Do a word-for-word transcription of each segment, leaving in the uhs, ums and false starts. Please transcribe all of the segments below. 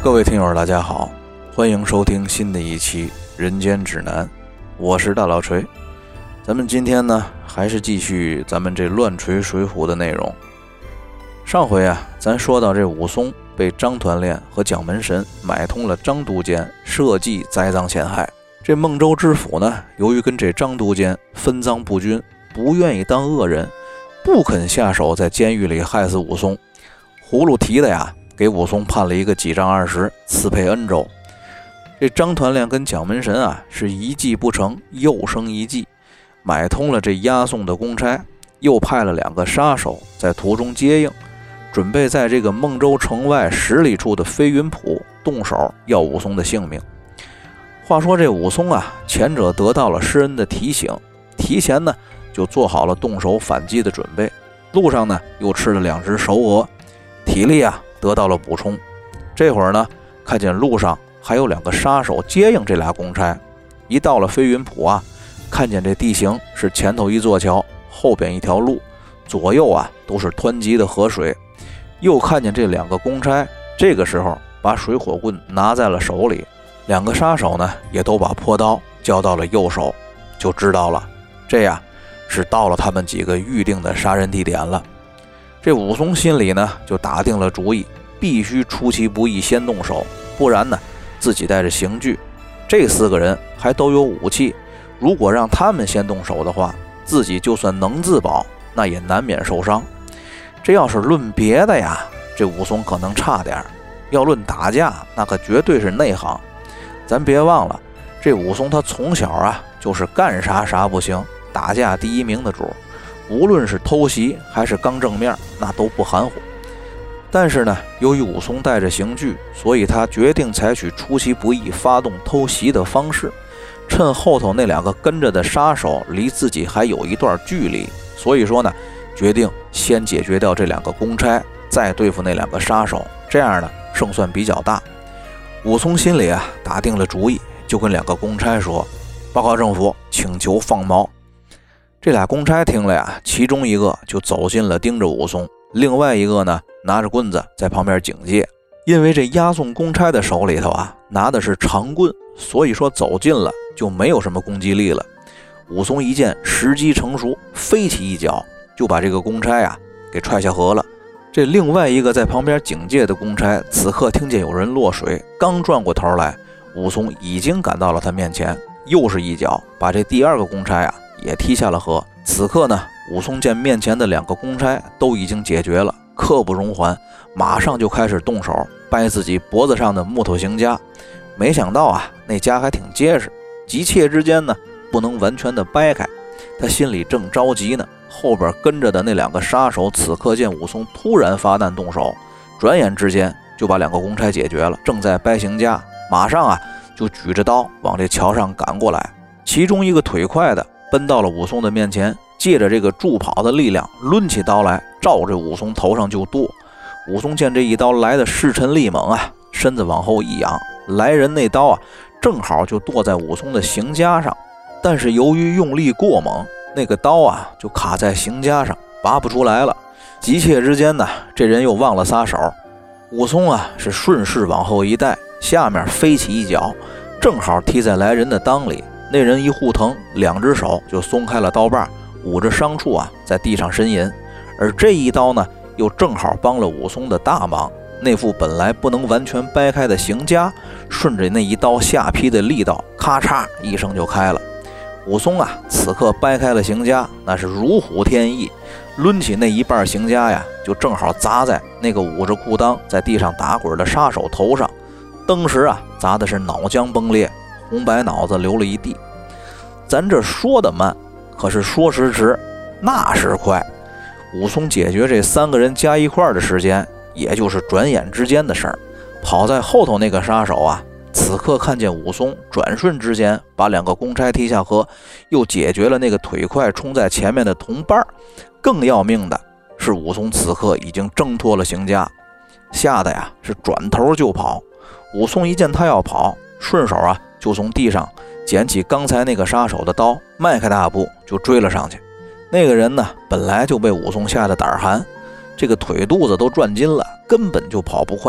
各位听友大家好，欢迎收听新的一期人间指南，我是大老锤。咱们今天呢还是继续咱们这乱锤水浒的内容。上回啊咱说到这武松被张团练和蒋门神买通了张都监，设计栽赃陷害。这孟州知府呢由于跟这张都监分赃不均，不愿意当恶人，不肯下手在监狱里害死武松，葫芦提的呀给武松判了一个几丈二十，赐配恩州。这张团练跟蒋门神啊是一计不成又生一计，买通了这押送的公差，又派了两个杀手在途中接应，准备在这个孟州城外十里处的飞云浦动手要武松的性命。话说这武松啊，前者得到了施恩的提醒，提前呢就做好了动手反击的准备，路上呢又吃了两只熟鹅，体力啊得到了补充。这会儿呢看见路上还有两个杀手接应这俩公差，一到了飞云浦啊，看见这地形是前头一座桥，后边一条路，左右啊都是湍急的河水，又看见这两个公差这个时候把水火棍拿在了手里，两个杀手呢也都把破刀交到了右手，就知道了这呀是到了他们几个预定的杀人地点了。这武松心里呢就打定了主意，必须出其不意先动手，不然呢自己带着刑具，这四个人还都有武器，如果让他们先动手的话，自己就算能自保，那也难免受伤。这要是论别的呀，这武松可能差点，要论打架那可绝对是内行。咱别忘了，这武松他从小啊就是干啥啥不行，打架第一名的主，无论是偷袭还是刚正面那都不含糊。但是呢由于武松带着刑具，所以他决定采取出其不意发动偷袭的方式，趁后头那两个跟着的杀手离自己还有一段距离，所以说呢决定先解决掉这两个公差，再对付那两个杀手，这样呢胜算比较大。武松心里啊打定了主意，就跟两个公差说，报告政府，请求放毛。这俩公差听了呀，其中一个就走近了盯着武松，另外一个呢拿着棍子在旁边警戒。因为这押送公差的手里头啊拿的是长棍，所以说走近了就没有什么攻击力了。武松一见时机成熟，飞起一脚就把这个公差啊给踹下河了。这另外一个在旁边警戒的公差此刻听见有人落水，刚转过头来，武松已经赶到了他面前，又是一脚把这第二个公差啊也踢下了河。此刻呢武松见面前的两个公差都已经解决了，刻不容缓，马上就开始动手掰自己脖子上的木头刑枷。没想到啊那枷还挺结实，急切之间呢不能完全的掰开，他心里正着急呢，后边跟着的那两个杀手此刻见武松突然发难动手，转眼之间就把两个公差解决了，正在掰刑枷，马上啊就举着刀往这桥上赶过来。其中一个腿快的奔到了武松的面前，借着这个助跑的力量抡起刀来，照着武松头上就剁。武松见这一刀来的势沉力猛啊，身子往后一仰，来人那刀啊正好就剁在武松的刑枷上，但是由于用力过猛，那个刀啊就卡在刑枷上拔不出来了。急切之间呢这人又忘了撒手，武松啊是顺势往后一带，下面飞起一脚，正好踢在来人的裆里。那人一护疼，两只手就松开了刀把，捂着伤处啊在地上呻吟。而这一刀呢又正好帮了武松的大忙，那副本来不能完全掰开的刑枷，顺着那一刀下劈的力道，咔嚓一声就开了。武松啊此刻掰开了刑枷，那是如虎添翼，抡起那一半刑枷呀，就正好砸在那个捂着裤裆在地上打滚的杀手头上，当时啊砸的是脑浆崩裂，红白脑子流了一地。咱这说的慢，可是说时迟那时快，武松解决这三个人加一块的时间也就是转眼之间的事儿。跑在后头那个杀手啊此刻看见武松转瞬之间把两个公差踢下河，又解决了那个腿快冲在前面的同伴。更要命的是武松此刻已经挣脱了刑枷，吓得呀是转头就跑。武松一见他要跑，顺手啊就从地上捡起刚才那个杀手的刀，迈开大步就追了上去。那个人呢本来就被武松吓得胆寒，这个腿肚子都转筋了，根本就跑不快。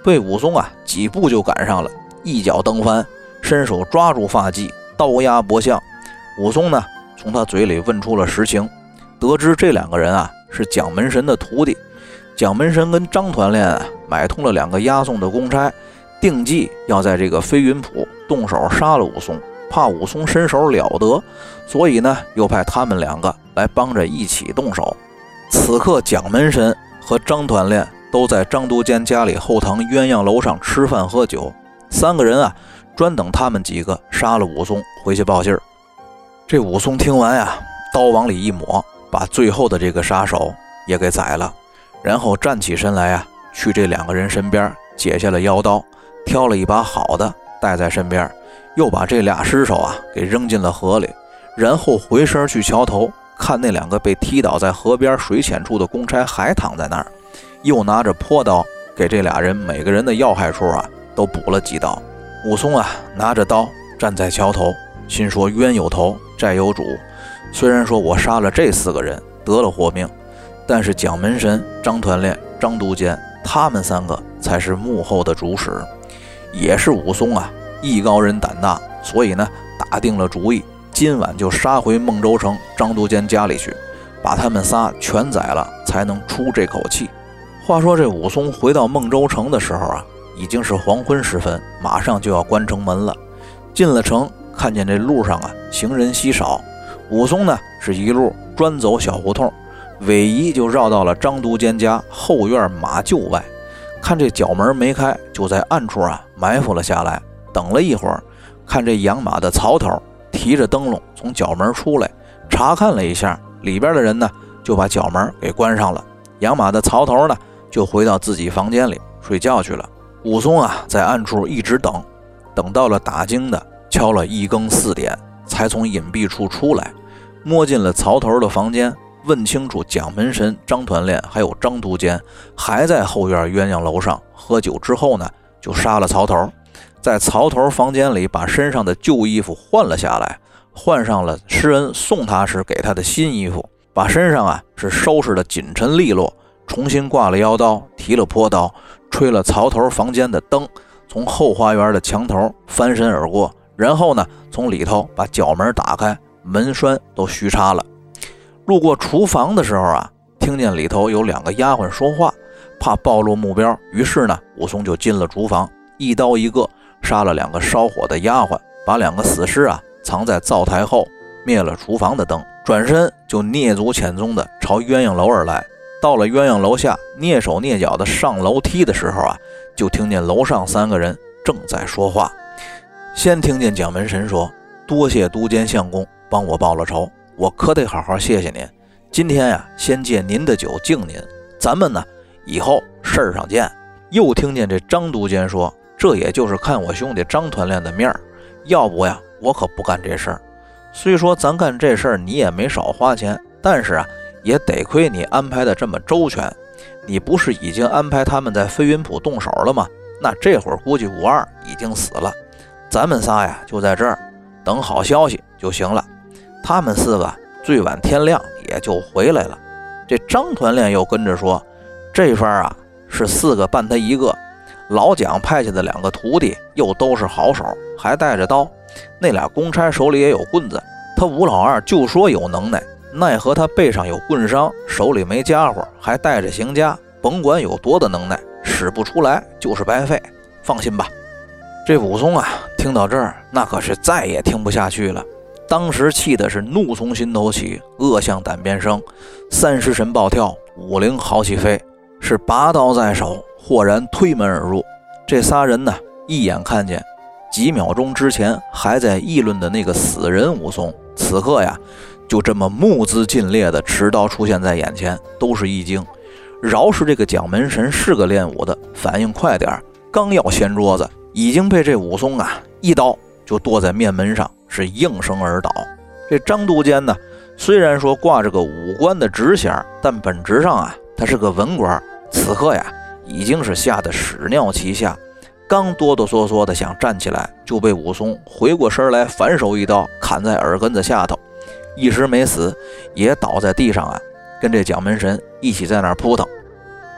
被武松啊几步就赶上了，一脚蹬翻，伸手抓住发髻，刀压脖项。武松呢从他嘴里问出了实情，得知这两个人啊是蒋门神的徒弟。蒋门神跟张团练啊买通了两个押送的公差，定计要在这个飞云浦动手杀了武松，怕武松身手了得，所以呢又派他们两个来帮着一起动手。此刻蒋门神和张团练都在张都监家里后堂鸳鸯楼上吃饭喝酒，三个人啊专等他们几个杀了武松回去报信儿。这武松听完呀，刀往里一抹，把最后的这个杀手也给宰了，然后站起身来啊，去这两个人身边解下了腰刀，挑了一把好的带在身边，又把这俩尸首啊给扔进了河里，然后回身去桥头看那两个被踢倒在河边水浅处的公差还躺在那儿，又拿着坡刀给这俩人每个人的要害处啊都补了几刀。武松啊拿着刀站在桥头，心说冤有头债有主，虽然说我杀了这四个人得了活命，但是蒋门神、张团练、张都监他们三个才是幕后的主使。也是武松啊艺高人胆大，所以呢打定了主意，今晚就杀回孟州城张都监家里去，把他们仨全宰了，才能出这口气。话说这武松回到孟州城的时候啊，已经是黄昏时分，马上就要关城门了。进了城，看见这路上啊行人稀少，武松呢是一路专走小胡同，尾一就绕到了张都监家后院马厩外，看这角门没开，就在暗处啊埋伏了下来。等了一会儿，看这养马的曹头提着灯笼从角门出来，查看了一下里边的人呢，就把角门给关上了。养马的曹头呢就回到自己房间里睡觉去了。武松啊在暗处一直等，等到了打更的敲了一更四点，才从隐蔽处出来，摸进了曹头的房间，问清楚蒋门神、张团练还有张都监还在后院鸳鸯楼上喝酒之后呢，就杀了曹头。在曹头房间里把身上的旧衣服换了下来，换上了施恩送他时给他的新衣服，把身上啊是收拾的紧沉利落，重新挂了腰刀，提了坡刀，吹了曹头房间的灯，从后花园的墙头翻身而过，然后呢从里头把角门打开，门栓都虚插了。路过厨房的时候啊，听见里头有两个丫鬟说话，怕暴露目标，于是呢武松就进了厨房，一刀一个杀了两个烧火的丫鬟，把两个死尸啊藏在灶台后，灭了厨房的灯，转身就蹑足潜踪的朝鸳鸯楼而来。到了鸳鸯楼下，蹑手蹑脚的上楼梯的时候啊，就听见楼上三个人正在说话。先听见蒋门神说：多谢都监相公帮我报了仇，我可得好好谢谢您。今天呀、啊，先借您的酒敬您，咱们呢以后事儿上见。又听见这张都监说：这也就是看我兄弟张团练的面儿，要不呀我可不干这事儿。虽说咱干这事儿你也没少花钱，但是啊也得亏你安排的这么周全。你不是已经安排他们在飞云浦动手了吗？那这会儿估计武二已经死了，咱们仨呀就在这儿等好消息就行了。他们四个最晚天亮也就回来了。这张团练又跟着说：这番啊是四个办他一个，老蒋派下的两个徒弟又都是好手，还带着刀，那俩公差手里也有棍子，他吴老二就说有能耐，奈何他背上有棍伤，手里没家伙，还带着行家，甭管有多的能耐，使不出来就是白费，放心吧。这武松啊听到这儿，那可是再也听不下去了，当时气的是怒从心头起，恶向胆边生，三尸神暴跳，五灵豪气飞，是拔刀在手，豁然推门而入。这仨人呢一眼看见几秒钟之前还在议论的那个死人武松，此刻呀就这么目眦尽裂的持刀出现在眼前，都是一惊。饶是这个蒋门神是个练武的，反应快点，刚要掀桌子，已经被这武松啊一刀就剁在面门上，是应声而倒。这张都监呢虽然说挂着个武官的职衔，但本质上啊他是个文官，此刻呀已经是吓得屎尿齐下，刚哆哆嗦嗦的想站起来，就被武松回过身来反手一刀砍在耳根子下头，一时没死，也倒在地上啊，跟这蒋门神一起在那儿扑腾。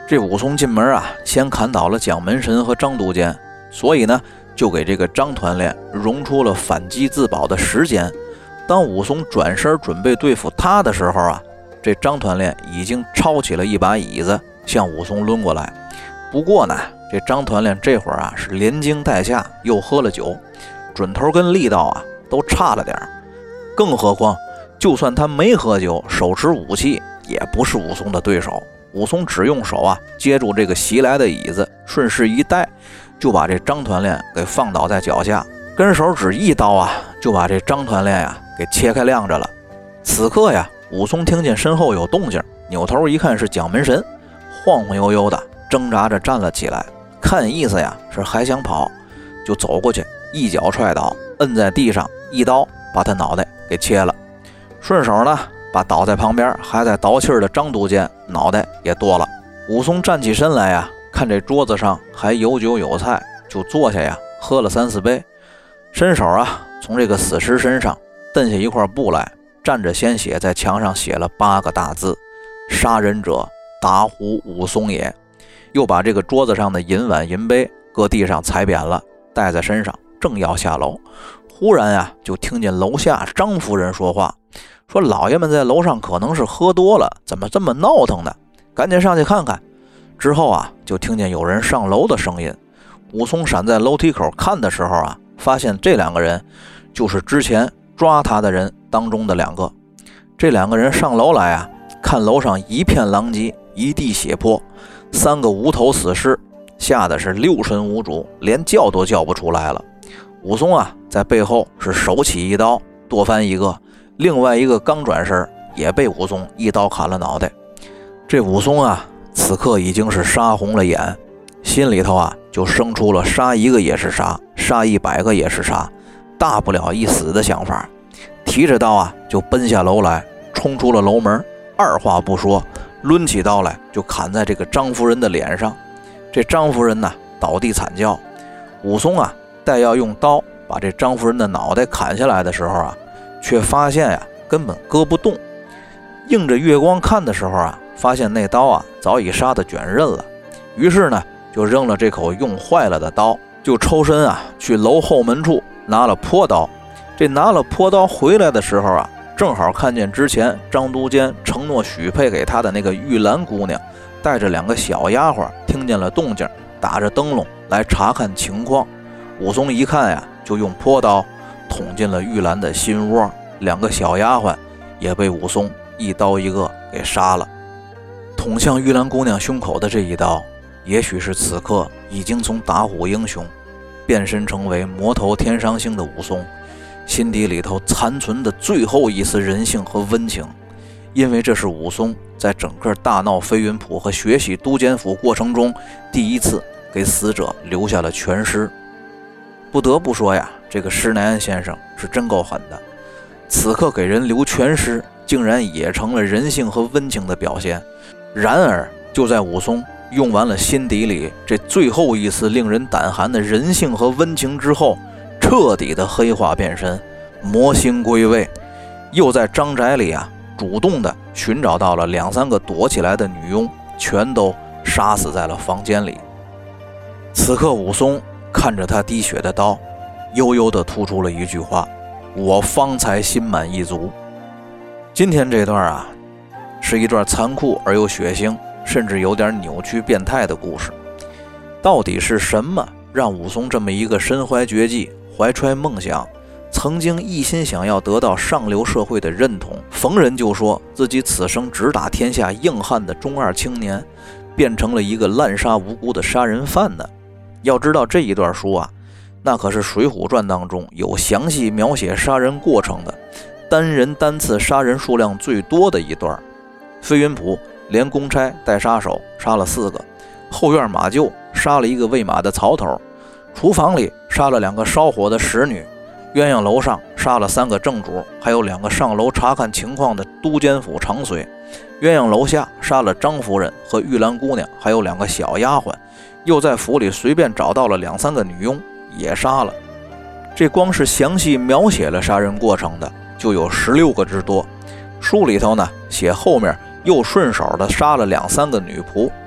这武松进门啊，先砍倒了蒋门神和张都监，所以呢，就给这个张团练容出了反击自保的时间。当武松转身准备对付他的时候啊，这张团练已经抄起了一把椅子向武松抡过来。不过呢，这张团练这会儿啊是连惊带吓，又喝了酒，准头跟力道啊都差了点。更何况，就算他没喝酒，手持武器也不是武松的对手。武松只用手啊接住这个袭来的椅子，顺势一带，就把这张团练给放倒在脚下，跟手指一刀啊，就把这张团练呀给切开晾着了。此刻呀，武松听见身后有动静，扭头一看是蒋门神，晃晃悠悠的挣扎着站了起来，看意思呀是还想跑，就走过去，一脚踹倒，摁在地上，一刀把他脑袋给切了，顺手呢把倒在旁边还在倒气儿的张都监脑袋也剁了。武松站起身来呀，看这桌子上还有酒有菜，就坐下呀喝了三四杯，伸手啊从这个死尸身上蹬下一块布来，蘸着鲜血在墙上写了八个大字：杀人者打虎武松也。又把这个桌子上的银碗银杯搁地上踩扁了，带在身上，正要下楼，忽然啊就听见楼下张夫人说话，说老爷们在楼上可能是喝多了，怎么这么闹腾呢？赶紧上去看看。之后啊就听见有人上楼的声音。武松闪在楼梯口看的时候啊，发现这两个人就是之前抓他的人当中的两个。这两个人上楼来啊，看楼上一片狼藉，一地血泊，三个无头死尸，吓得是六神无主，连叫都叫不出来了。武松啊在背后是手起一刀剁翻一个，另外一个刚转身也被武松一刀砍了脑袋。这武松啊此刻已经是杀红了眼，心里头啊就生出了杀一个也是杀，杀一百个也是杀，大不了一死的想法。提着刀啊就奔下楼来，冲出了楼门，二话不说抡起刀来就砍在这个张夫人的脸上。这张夫人呢倒地惨叫。武松啊待要用刀把这张夫人的脑袋砍下来的时候啊，却发现呀根本割不动。映着月光看的时候啊，发现那刀啊早已杀得卷刃了，于是呢就扔了这口用坏了的刀，就抽身啊去楼后门处拿了坡刀。这拿了坡刀回来的时候啊，正好看见之前张都监承诺许配给他的那个玉兰姑娘带着两个小丫鬟听见了动静，打着灯笼来查看情况。武松一看呀，就用坡刀捅进了玉兰的心窝，两个小丫鬟也被武松一刀一个给杀了。捅向玉兰姑娘胸口的这一刀，也许是此刻已经从打虎英雄变身成为魔头天伤星的武松心底里头残存的最后一丝人性和温情。因为这是武松在整个大闹飞云浦和学习都监府过程中第一次给死者留下了全尸。不得不说呀，这个施耐庵先生是真够狠的，此刻给人留全尸竟然也成了人性和温情的表现。然而就在武松用完了心底里这最后一丝令人胆寒的人性和温情之后，彻底的黑化变身，魔心归位，又在张宅里啊主动的寻找到了两三个躲起来的女佣，全都杀死在了房间里。此刻武松看着他滴血的刀，悠悠地吐出了一句话：我方才心满意足。今天这段啊是一段残酷而又血腥，甚至有点扭曲变态的故事。到底是什么让武松这么一个身怀绝技，怀揣梦想，曾经一心想要得到上流社会的认同，逢人就说自己此生只打天下硬汉的中二青年，变成了一个滥杀无辜的杀人犯呢？要知道这一段书啊，那可是《水浒传》当中有详细描写杀人过程的，单人单次杀人数量最多的一段。飞云浦连公差带杀手杀了四个，后院马厩杀了一个喂马的曹头，厨房里杀了两个烧火的使女，鸳鸯楼上杀了三个正主，还有两个上楼查看情况的都监府长随，鸳鸯楼下杀了张夫人和玉兰姑娘，还有两个小丫鬟，又在府里随便找到了两三个女佣也杀了。这光是详细描写了杀人过程的就有十六个之多。书里头呢写后面又顺手的杀了两三个女仆，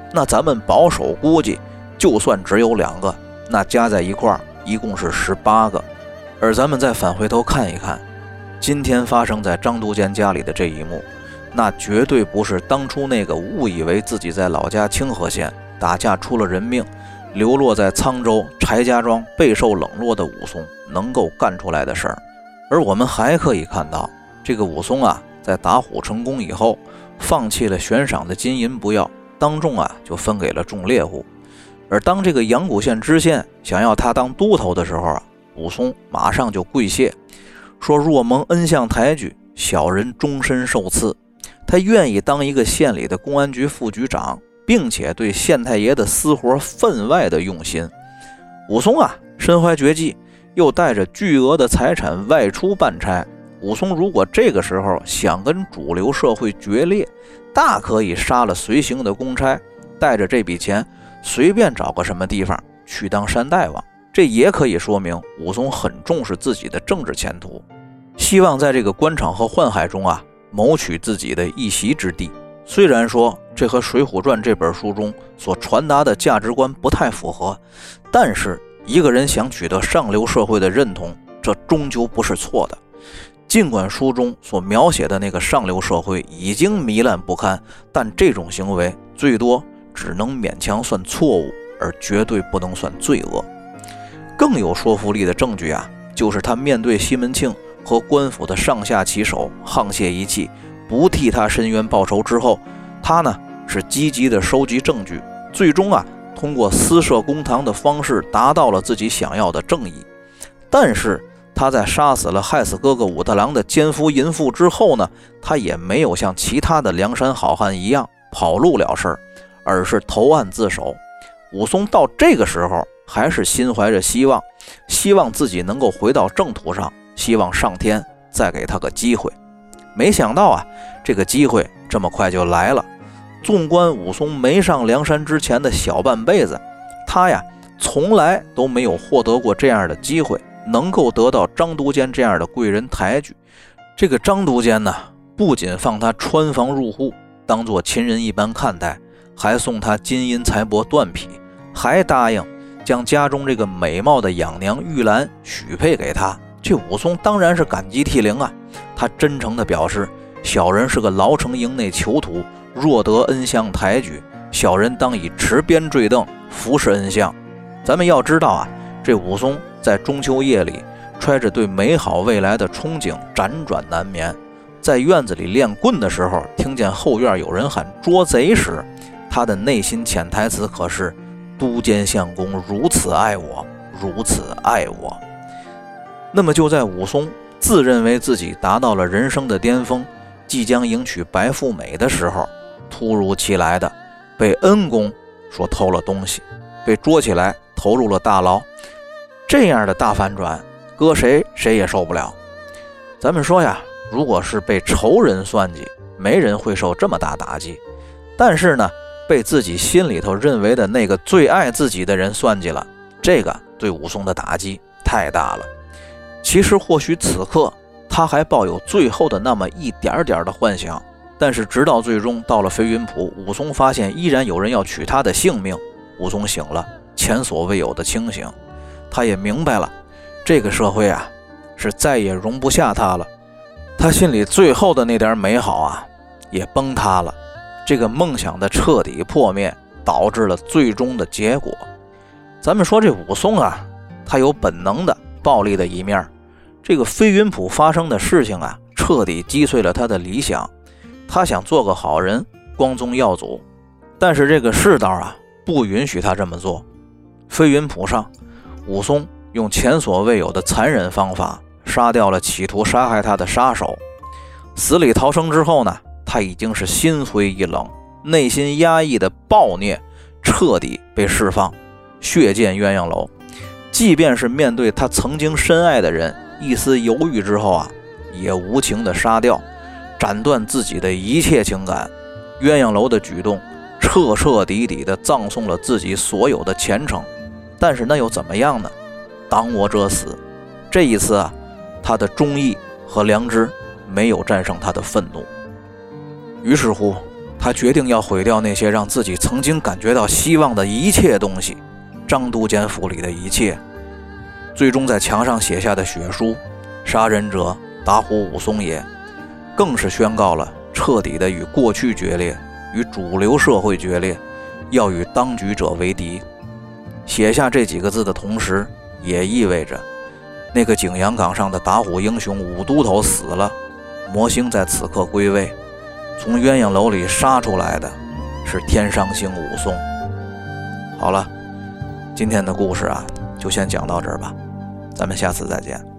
那咱们保守估计，就算只有两个，那加在一块儿一共是十八个。而咱们再返回头看一看，今天发生在张都监家里的这一幕，那绝对不是当初那个误以为自己在老家清河县打架出了人命，流落在沧州柴家庄备受冷落的武松能够干出来的事儿。而我们还可以看到，这个武松啊，在打虎成功以后，放弃了悬赏的金银不要，当众啊就分给了众猎户。而当这个阳谷县知县想要他当都头的时候啊，武松马上就跪谢，说若蒙恩相抬举，小人终身受赐。他愿意当一个县里的公安局副局长，并且对县太爷的私活分外的用心。武松啊身怀绝技，又带着巨额的财产外出办差。武松如果这个时候想跟主流社会决裂，大可以杀了随行的公差，带着这笔钱随便找个什么地方去当山大王。这也可以说明武松很重视自己的政治前途，希望在这个官场和宦海中啊谋取自己的一席之地。虽然说这和《水浒传》这本书中所传达的价值观不太符合，但是一个人想取得上流社会的认同，这终究不是错的。尽管书中所描写的那个上流社会已经糜烂不堪，但这种行为最多只能勉强算错误，而绝对不能算罪恶。更有说服力的证据啊，就是他面对西门庆和官府的上下其手，沆瀣一气，不替他伸冤报仇之后，他呢是积极的收集证据，最终啊通过私设公堂的方式达到了自己想要的正义。但是他在杀死了害死哥哥武大郎的奸夫淫妇之后呢，他也没有像其他的梁山好汉一样跑路了事儿，而是投案自首。武松到这个时候还是心怀着希望，希望自己能够回到正途上，希望上天再给他个机会。没想到啊，这个机会这么快就来了。纵观武松没上梁山之前的小半辈子，他呀从来都没有获得过这样的机会，能够得到张都监这样的贵人抬举。这个张都监呢，不仅放他穿房入户，当作亲人一般看待，还送他金银财帛缎匹，还答应将家中这个美貌的养娘玉兰许配给他。这武松当然是感激涕零啊，他真诚地表示，小人是个牢城营内囚徒，若得恩相抬举，小人当以持鞭坠镫服侍恩相。咱们要知道啊，这武松在中秋夜里揣着对美好未来的憧憬辗转难眠，在院子里练棍的时候，听见后院有人喊捉贼时，他的内心潜台词可是都监相公如此爱我，如此爱我。那么就在武松自认为自己达到了人生的巅峰，即将迎娶白富美的时候，突如其来的被恩公说偷了东西，被捉起来投入了大牢。这样的大反转，搁谁谁也受不了。咱们说呀，如果是被仇人算计，没人会受这么大打击。但是呢，被自己心里头认为的那个最爱自己的人算计了，这个对武松的打击太大了。其实或许此刻他还抱有最后的那么一点点的幻想，但是直到最终到了飞云浦，武松发现依然有人要取他的性命，武松醒了，前所未有的清醒。他也明白了，这个社会啊是再也容不下他了。他心里最后的那点美好啊也崩塌了，这个梦想的彻底破灭导致了最终的结果。咱们说这武松啊，他有本能的暴力的一面，这个飞云浦发生的事情啊彻底击碎了他的理想。他想做个好人，光宗耀祖，但是这个世道啊不允许他这么做。飞云浦上，武松用前所未有的残忍方法杀掉了企图杀害他的杀手。死里逃生之后呢，他已经是心灰意冷，内心压抑的暴虐彻底被释放，血溅鸳鸯楼。即便是面对他曾经深爱的人，一丝犹豫之后啊，也无情的杀掉，斩断自己的一切情感。鸳鸯楼的举动彻彻底底的葬送了自己所有的前程。但是那又怎么样呢？挡我者死。这一次啊，他的忠义和良知没有战胜他的愤怒。于是乎， 他决定要毁掉那些让自己曾经感觉到希望的一切东西，张都监府里的一切。最终在墙上写下的血书“杀人者打虎武松也”，更是宣告了彻底的与过去决裂，与主流社会决裂，要与当局者为敌。写下这几个字的同时，也意味着那个景阳冈上的打虎英雄武都头死了，魔星在此刻归位，从鸳鸯楼里杀出来的是天伤星武松。好了，今天的故事啊，就先讲到这儿吧，咱们下次再见。